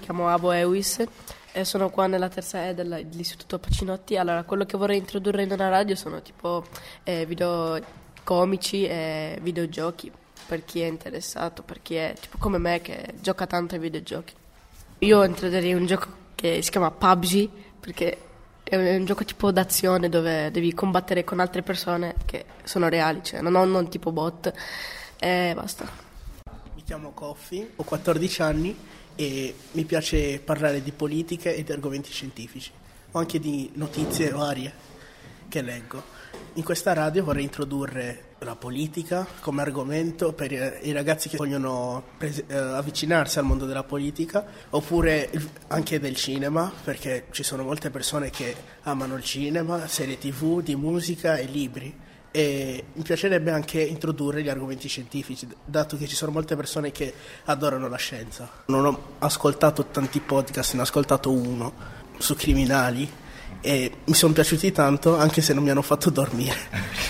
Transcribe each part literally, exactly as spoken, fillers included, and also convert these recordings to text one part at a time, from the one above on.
chiamo Avo Ewis e sono qua nella terza E della- dell'Istituto Pacinotti. Allora, quello che vorrei introdurre in una radio sono tipo eh, video comici e videogiochi, per chi è interessato, per chi è tipo come me che gioca tanto ai videogiochi. Io introdurrei un gioco che si chiama P U B G, perché è un gioco tipo d'azione dove devi combattere con altre persone che sono reali, cioè non, non tipo bot, e basta. Mi chiamo Coffi, ho quattordici anni e mi piace parlare di politiche e di argomenti scientifici, o anche di notizie varie che leggo. In questa radio vorrei introdurre la politica come argomento per i ragazzi che vogliono pres- eh, avvicinarsi al mondo della politica, oppure il- anche del cinema, perché ci sono molte persone che amano il cinema, serie tv, di musica e libri. E mi piacerebbe anche introdurre gli argomenti scientifici, dato che ci sono molte persone che adorano la scienza. Non ho ascoltato tanti podcast, ne ho ascoltato uno su criminali e mi sono piaciuti tanto, anche se non mi hanno fatto dormire.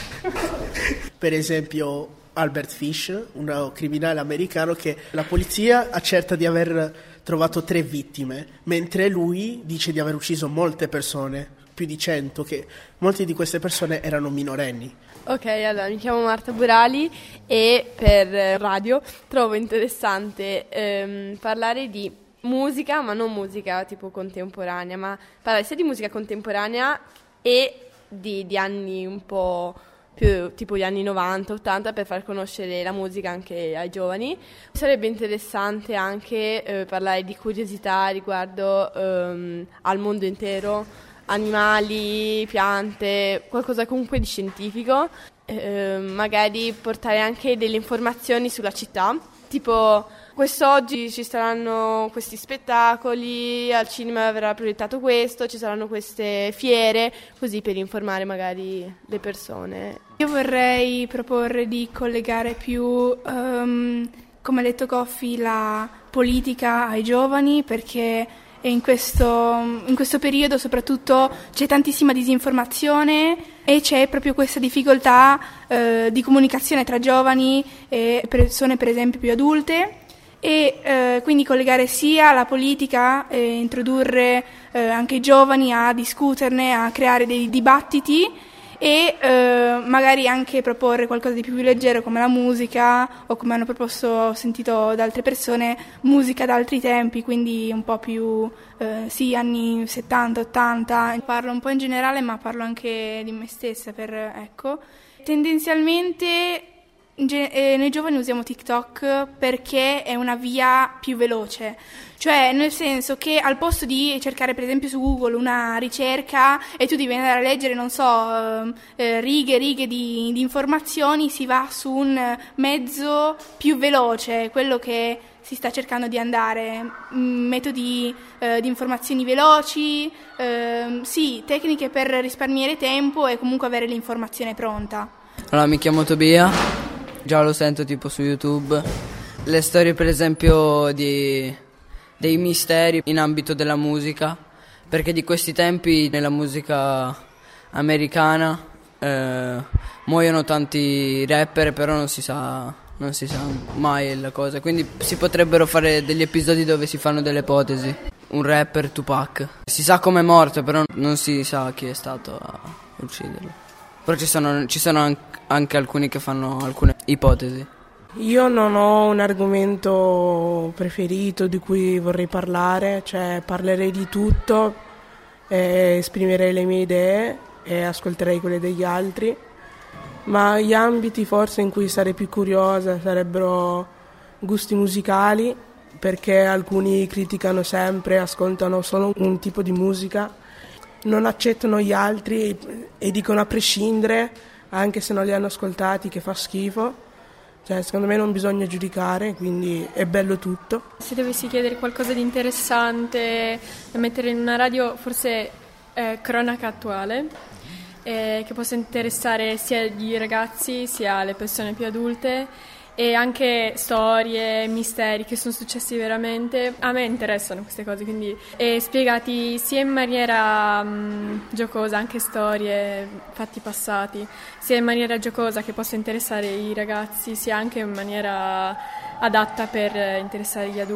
Per esempio Albert Fish, un criminale americano che la polizia accerta di aver trovato tre vittime, mentre lui dice di aver ucciso molte persone, più di cento, che molte di queste persone erano minorenni. Ok, allora mi chiamo Marta Burali e per radio trovo interessante ehm, parlare di musica, ma non musica tipo contemporanea, ma parlare sia di musica contemporanea e di, di anni un po' più tipo gli anni novanta ottanta, per far conoscere la musica anche ai giovani. Sarebbe interessante anche eh, parlare di curiosità riguardo ehm, al mondo intero, animali, piante, qualcosa comunque di scientifico, eh, magari portare anche delle informazioni sulla città, tipo quest'oggi ci saranno questi spettacoli, al cinema verrà proiettato questo, ci saranno queste fiere, così per informare magari le persone. Io vorrei proporre di collegare più, um, come ha detto Coffi, la politica ai giovani, perché in questo, in questo periodo soprattutto c'è tantissima disinformazione e c'è proprio questa difficoltà eh, di comunicazione tra giovani e persone per esempio più adulte, e eh, quindi collegare sia la politica e introdurre eh, anche i giovani a discuterne, a creare dei dibattiti e eh, magari anche proporre qualcosa di più leggero come la musica, o come hanno proposto, ho sentito da altre persone, musica da altri tempi, quindi un po' più eh, sì, anni settanta ottanta. Parlo un po' in generale, ma parlo anche di me stessa, per ecco. Tendenzialmente in ge- eh, noi giovani usiamo TikTok perché è una via più veloce, cioè nel senso che al posto di cercare per esempio su Google una ricerca e tu devi andare a leggere, non so, eh, righe righe di, di informazioni, si va su un mezzo più veloce, quello che si sta cercando di andare, metodi eh, di informazioni veloci, eh, sì, tecniche per risparmiare tempo e comunque avere l'informazione pronta. Allora, mi chiamo Tobia, già lo sento tipo su YouTube. Le storie per esempio di, dei misteri in ambito della musica, perché di questi tempi nella musica americana eh, muoiono tanti rapper, però non si sa, non si sa mai la cosa, quindi si potrebbero fare degli episodi dove si fanno delle ipotesi. Un rapper, Tupac, si sa come è morto, però non si sa chi è stato a ucciderlo. Però ci sono, ci sono anche alcuni che fanno alcune ipotesi. Io non ho un argomento preferito di cui vorrei parlare, cioè parlerei di tutto, eh, esprimerei le mie idee e ascolterei quelle degli altri, ma gli ambiti forse in cui sarei più curiosa sarebbero gusti musicali, perché alcuni criticano sempre, ascoltano solo un tipo di musica, non accettano gli altri e dicono a prescindere, anche se non li hanno ascoltati, che fa schifo. Cioè, secondo me non bisogna giudicare, quindi è bello tutto. Se dovessi chiedere qualcosa di interessante da mettere in una radio, forse eh, cronaca attuale, eh, che possa interessare sia i ragazzi sia le persone più adulte, e anche storie, misteri che sono successi veramente. A me interessano queste cose, quindi e spiegati sia in maniera mh, giocosa, anche storie, fatti passati, sia in maniera giocosa che possa interessare i ragazzi, sia anche in maniera adatta per interessare gli adulti.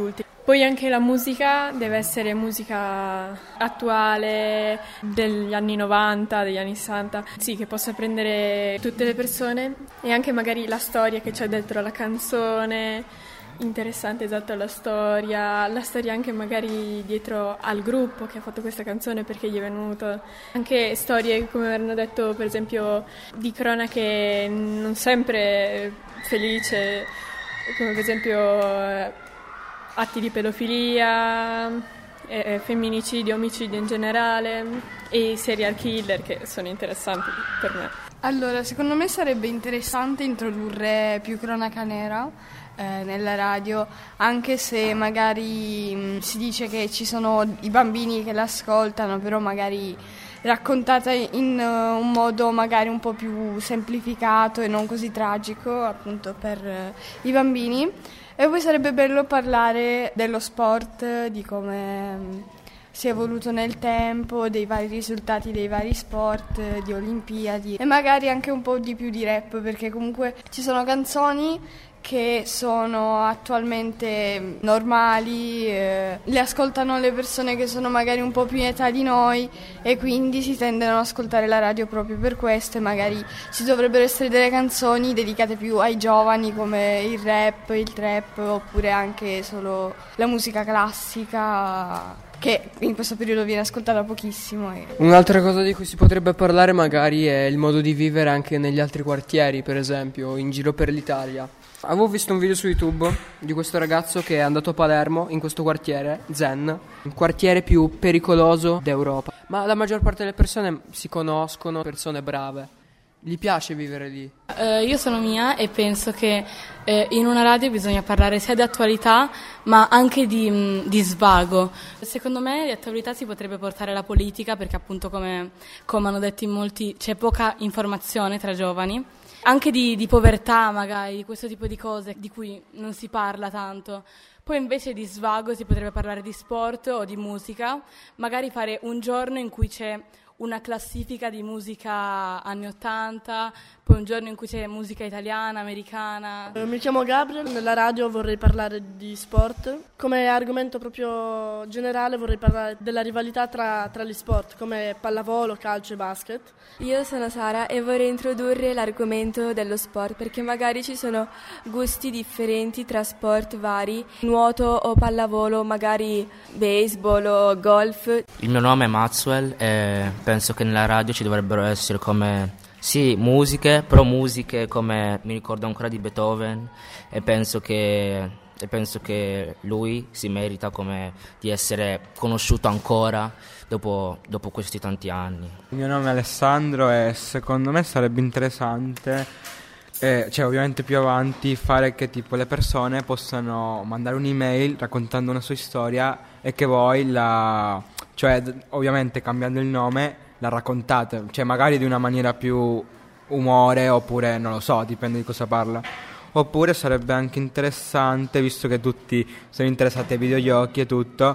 Poi anche la musica deve essere musica attuale, degli anni novanta, degli anni sessanta, sì, che possa prendere tutte le persone, e anche magari la storia che c'è dentro la canzone. Interessante, esatto, la storia, la storia anche magari dietro al gruppo che ha fatto questa canzone, perché gli è venuto. Anche storie, come hanno detto, per esempio, di cronache non sempre felice, come per esempio eh, atti di pedofilia, eh, femminicidio, omicidio in generale, e i serial killer, che sono interessanti per me. Allora, secondo me sarebbe interessante introdurre più cronaca nera nella radio, anche se magari mh, si dice che ci sono i bambini che l'ascoltano, però magari raccontata in uh, un modo magari un po' più semplificato e non così tragico, appunto per uh, i bambini. E poi sarebbe bello parlare dello sport, di come mh, si è evoluto nel tempo, dei vari risultati dei vari sport, di Olimpiadi, e magari anche un po' di più di rap, perché comunque ci sono canzoni che sono attualmente normali, eh, le ascoltano le persone che sono magari un po' più in età di noi, e quindi si tendono ad ascoltare la radio proprio per questo, e magari ci dovrebbero essere delle canzoni dedicate più ai giovani, come il rap, il trap, oppure anche solo la musica classica, che in questo periodo viene ascoltata pochissimo. E... Un'altra cosa di cui si potrebbe parlare magari è il modo di vivere anche negli altri quartieri, per esempio in giro per l'Italia. Avevo visto un video su YouTube di questo ragazzo che è andato a Palermo, in questo quartiere, Zen, il quartiere più pericoloso d'Europa. Ma la maggior parte delle persone si conoscono, persone brave. Gli piace vivere lì. Uh, io sono Mia e penso che eh, in una radio bisogna parlare sia di attualità ma anche di, mh, di svago. Secondo me di attualità si potrebbe portare la politica, perché appunto come, come hanno detto in molti c'è poca informazione tra giovani. Anche di, di povertà magari, di questo tipo di cose di cui non si parla tanto. Poi invece di svago si potrebbe parlare di sport o di musica, magari fare un giorno in cui c'è una classifica di musica anni ottanta, poi un giorno in cui c'è musica italiana, americana. Mi chiamo Gabriel, nella radio vorrei parlare di sport. Come argomento proprio generale vorrei parlare della rivalità tra, tra gli sport, come pallavolo, calcio e basket. Io sono Sara e vorrei introdurre l'argomento dello sport, perché magari ci sono gusti differenti tra sport vari, nuoto o pallavolo, magari baseball o golf. Il mio nome è Maxwell e penso che nella radio ci dovrebbero essere come, sì, musiche, però musiche come mi ricordo ancora di Beethoven, e penso che, e penso che lui si merita come di essere conosciuto ancora dopo, dopo questi tanti anni. Il mio nome è Alessandro e secondo me sarebbe interessante, eh, cioè ovviamente più avanti, fare che tipo le persone possano mandare un'email raccontando una sua storia e che voi la... cioè ovviamente cambiando il nome la raccontate, cioè magari di una maniera più umore, oppure non lo so, dipende di cosa parla. Oppure sarebbe anche interessante, visto che tutti sono interessati ai videogiochi e tutto,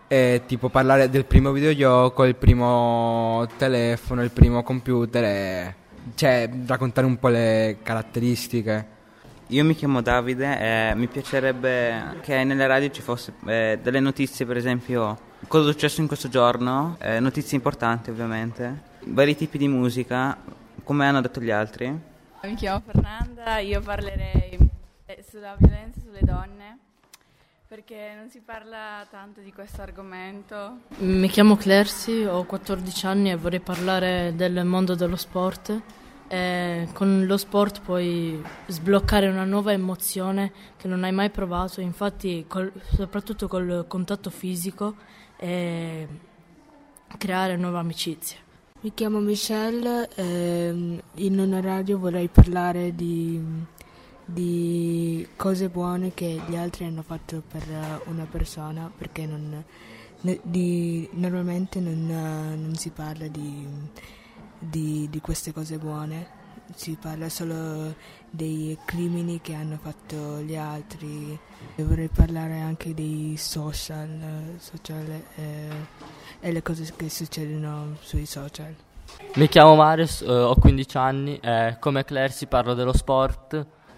e tipo parlare del primo videogioco, il primo telefono, il primo computer, e cioè raccontare un po' le caratteristiche. Io mi chiamo Davide e mi piacerebbe che nelle radio ci fosse eh, delle notizie, per esempio cosa è successo in questo giorno, eh, notizie importanti ovviamente, vari tipi di musica, come hanno detto gli altri. Mi chiamo Fernanda, io parlerei sulla violenza sulle donne, perché non si parla tanto di questo argomento. Mi chiamo Clersi, ho quattordici anni e vorrei parlare del mondo dello sport. E con lo sport puoi sbloccare una nuova emozione che non hai mai provato, infatti col, soprattutto col contatto fisico, e creare nuove amicizie. Mi chiamo Michelle e in una radio vorrei parlare di, di cose buone che gli altri hanno fatto per una persona, perché non, di, normalmente non, non si parla di... Di, di queste cose buone, si parla solo dei crimini che hanno fatto gli altri. E vorrei parlare anche dei social, social e, e le cose che succedono sui social. Mi chiamo Marius, eh, ho quindici anni e come Claire si parlo dello sport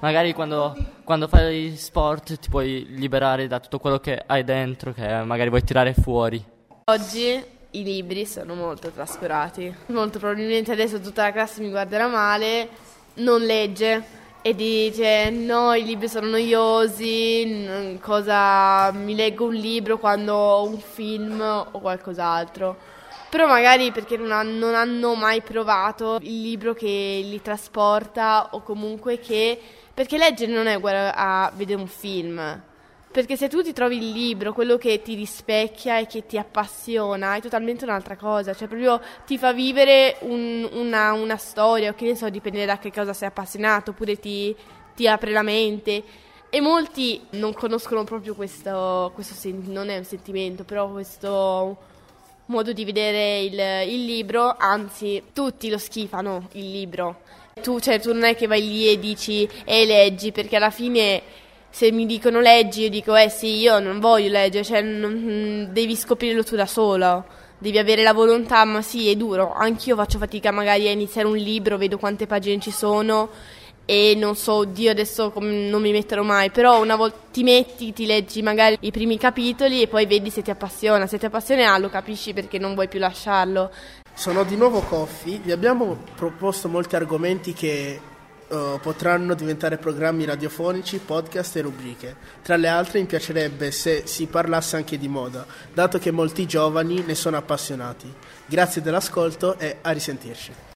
magari quando, quando fai sport ti puoi liberare da tutto quello che hai dentro, che magari vuoi tirare fuori. Oggi i libri sono molto trascurati. Molto probabilmente adesso tutta la classe mi guarderà male, non legge e dice no, i libri sono noiosi, cosa mi leggo un libro quando ho un film o qualcos'altro. Però magari perché non hanno, non hanno mai provato il libro che li trasporta, o comunque che... Perché leggere non è uguale a vedere un film. Perché se tu ti trovi il libro, quello che ti rispecchia e che ti appassiona, è totalmente un'altra cosa. Cioè proprio ti fa vivere un, una, una storia, o che ne so, dipende da che cosa sei appassionato, oppure ti, ti apre la mente. E molti non conoscono proprio questo, questo sen- non è un sentimento, però questo modo di vedere il, il libro, anzi tutti lo schifano il libro. Tu, cioè, tu non è che vai lì e dici e leggi, perché alla fine... Se mi dicono leggi, io dico eh sì, io non voglio leggere, cioè non, devi scoprirlo tu da solo, devi avere la volontà, ma sì, è duro. Anch'io faccio fatica magari a iniziare un libro, vedo quante pagine ci sono e non so, oddio, adesso com- non mi metterò mai, però una volta ti metti, ti leggi magari i primi capitoli e poi vedi se ti appassiona. Se ti appassiona lo capisci perché non vuoi più lasciarlo. Sono di nuovo Coffi, vi abbiamo proposto molti argomenti che... Uh, potranno diventare programmi radiofonici, podcast e rubriche. Tra le altre mi piacerebbe se si parlasse anche di moda, dato che molti giovani ne sono appassionati. Grazie dell'ascolto e a risentirci.